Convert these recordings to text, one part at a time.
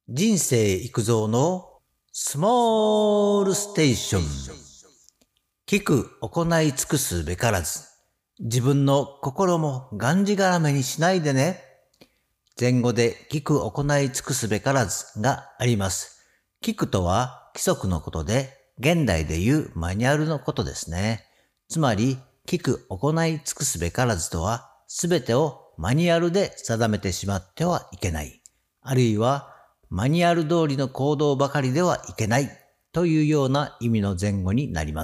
人生育造のスモールステーション。聞く行い尽くすべからず。自分の心もがんじがらめにしないでね。前後で聞く行い尽くすべからずがあります。聞くとは規則のことで、現代でいうマニュアルのことですね。つまり、聞く行い尽くすべからずとは、すべてをマニュアルで定めてしまってはいけない。あるいは、マニュアル通りの行動ばかりではいけないというような意味の前後になります。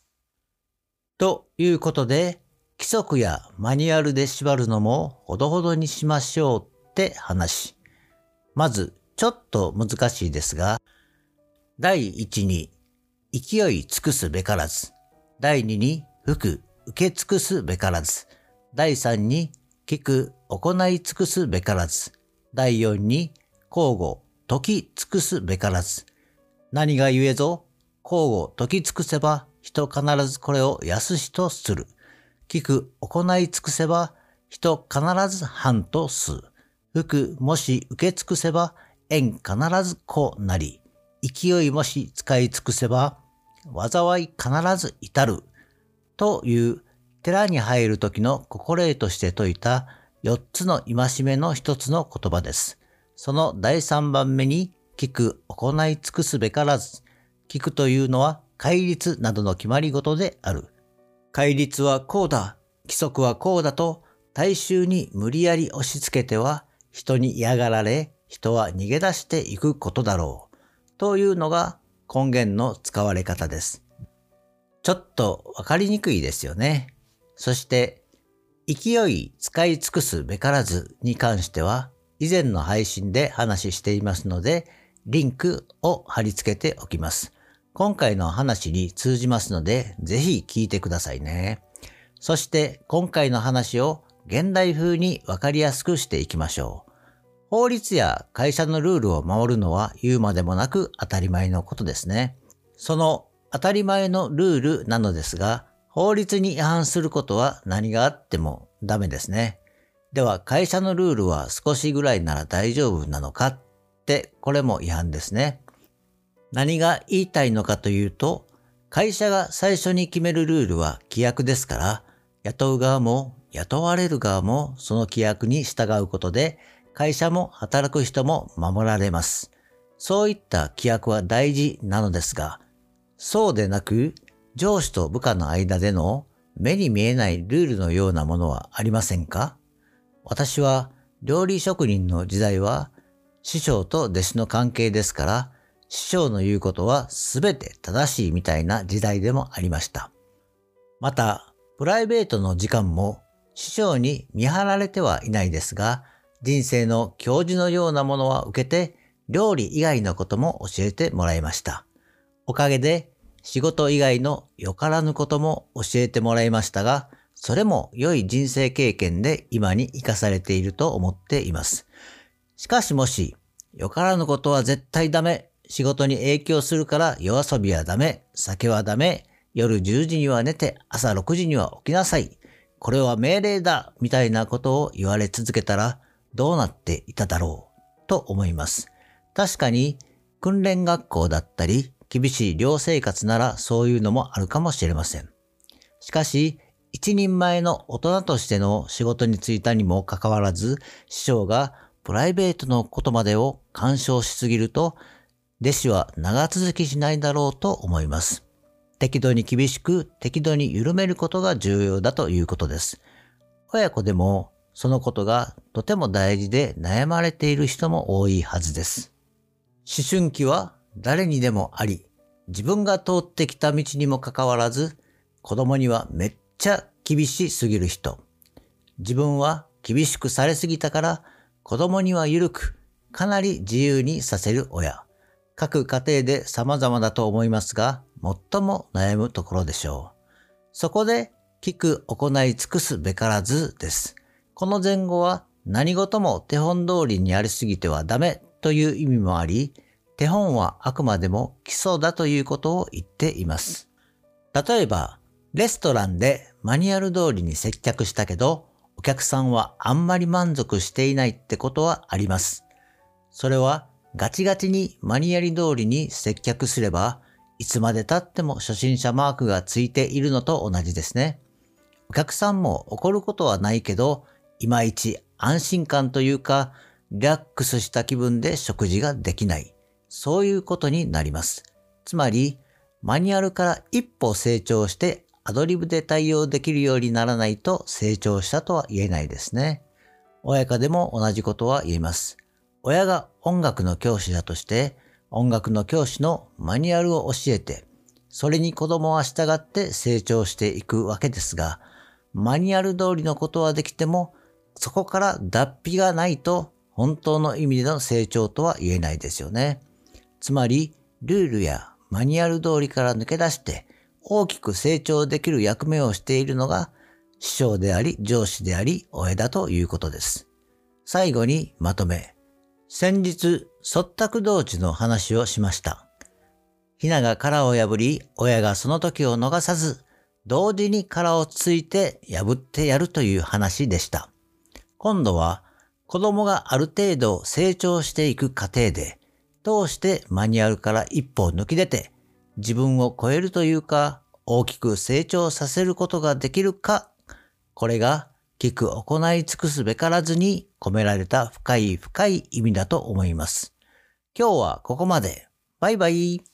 ということで、規則やマニュアルで縛るのもほどほどにしましょうって話。まず、ちょっと難しいですが、第一に、勢い尽くすべからず。第二に、受け尽くすべからず。第三に、聞く、行い尽くすべからず。第四に、交互、解き尽くすべからず。何が言えぞ、交互解き尽くせば、人必ずこれを易しとする。聞く、行い尽くせば、人必ず反とす。もし受け尽くせば、縁必ずこなり。勢いもし使い尽くせば、災い必ず至る。という寺に入る時の心得として説いた4つの戒めの一つの言葉です。その第3番目に、聞く、行い尽くすべからず。聞くというのは戒律などの決まり事である。戒律はこうだ、規則はこうだと大衆に無理やり押し付けては人に嫌がられ、人は逃げ出していくことだろう。というのが根源の使われ方です。ちょっとわかりにくいですよね。そして、勢い使い尽くすべからずに関しては、以前の配信で話していますので、リンクを貼り付けておきます。今回の話に通じますので、ぜひ聞いてくださいね。そして今回の話を現代風にわかりやすくしていきましょう。法律や会社のルールを守るのは言うまでもなく当たり前のことですね。その当たり前のルールなのですが、法律に違反することは何があってもダメですね。では会社のルールは少しぐらいなら大丈夫なのかって、これも違反ですね。何が言いたいのかというと、会社が最初に決めるルールは規約ですから、雇う側も雇われる側もその規約に従うことで、会社も働く人も守られます。そういった規約は大事なのですが、そうでなく、上司と部下の間での目に見えないルールのようなものはありませんか？私は料理職人の時代は師匠と弟子の関係ですから、師匠の言うことはすべて正しいみたいな時代でもありました。また、プライベートの時間も師匠に見張られてはいないですが、人生の教授のようなものは受けて、料理以外のことも教えてもらいました。おかげで仕事以外のよからぬことも教えてもらいましたが、それも良い人生経験で今に生かされていると思っています。しかしもし、よからぬことは絶対ダメ、仕事に影響するから夜遊びはダメ、酒はダメ、夜10時には寝て朝6時には起きなさい、これは命令だ、みたいなことを言われ続けたらどうなっていただろうと思います。確かに訓練学校だったり厳しい寮生活ならそういうのもあるかもしれません。しかし、一人前の大人としての仕事に就いたにもかかわらず、師匠がプライベートのことまでを干渉しすぎると、弟子は長続きしないだろうと思います。適度に厳しく、適度に緩めることが重要だということです。親子でもそのことがとても大事で悩まれている人も多いはずです。思春期は誰にでもあり、自分が通ってきた道にもかかわらず、子供にはめっちゃ厳しすぎる人。自分は厳しくされすぎたから、子供には緩く、かなり自由にさせる親。各家庭で様々だと思いますが、最も悩むところでしょう。そこで、聞く行い尽くすべからずです。この前後は何事も手本通りにやりすぎてはダメという意味もあり、手本はあくまでも基礎だということを言っています。例えば、レストランでマニュアル通りに接客したけど、お客さんはあんまり満足していないってことはあります。それはガチガチにマニュアル通りに接客すれば、いつまで経っても初心者マークがついているのと同じですね。お客さんも怒ることはないけど、いまいち安心感というか、リラックスした気分で食事ができない。そういうことになります。つまり、マニュアルから一歩成長してアドリブで対応できるようにならないと成長したとは言えないですね。親子でも同じことは言えます。親が音楽の教師だとして、音楽の教師のマニュアルを教えて、それに子供は従って成長していくわけですが、マニュアル通りのことはできても、そこから脱皮がないと本当の意味での成長とは言えないですよね。つまり、ルールやマニュアル通りから抜け出して大きく成長できる役目をしているのが師匠であり上司であり親だということです。最後にまとめ。先日、率沢同地の話をしました。ヒナが殻を破り、親がその時を逃さず、同時に殻をつついて破ってやるという話でした。今度は、子供がある程度成長していく過程で、どうしてマニュアルから一歩抜き出て、自分を超えるというか、大きく成長させることができるか、これが、聞く行い尽くすべからずに込められた深い深い意味だと思います。今日はここまで。バイバイ。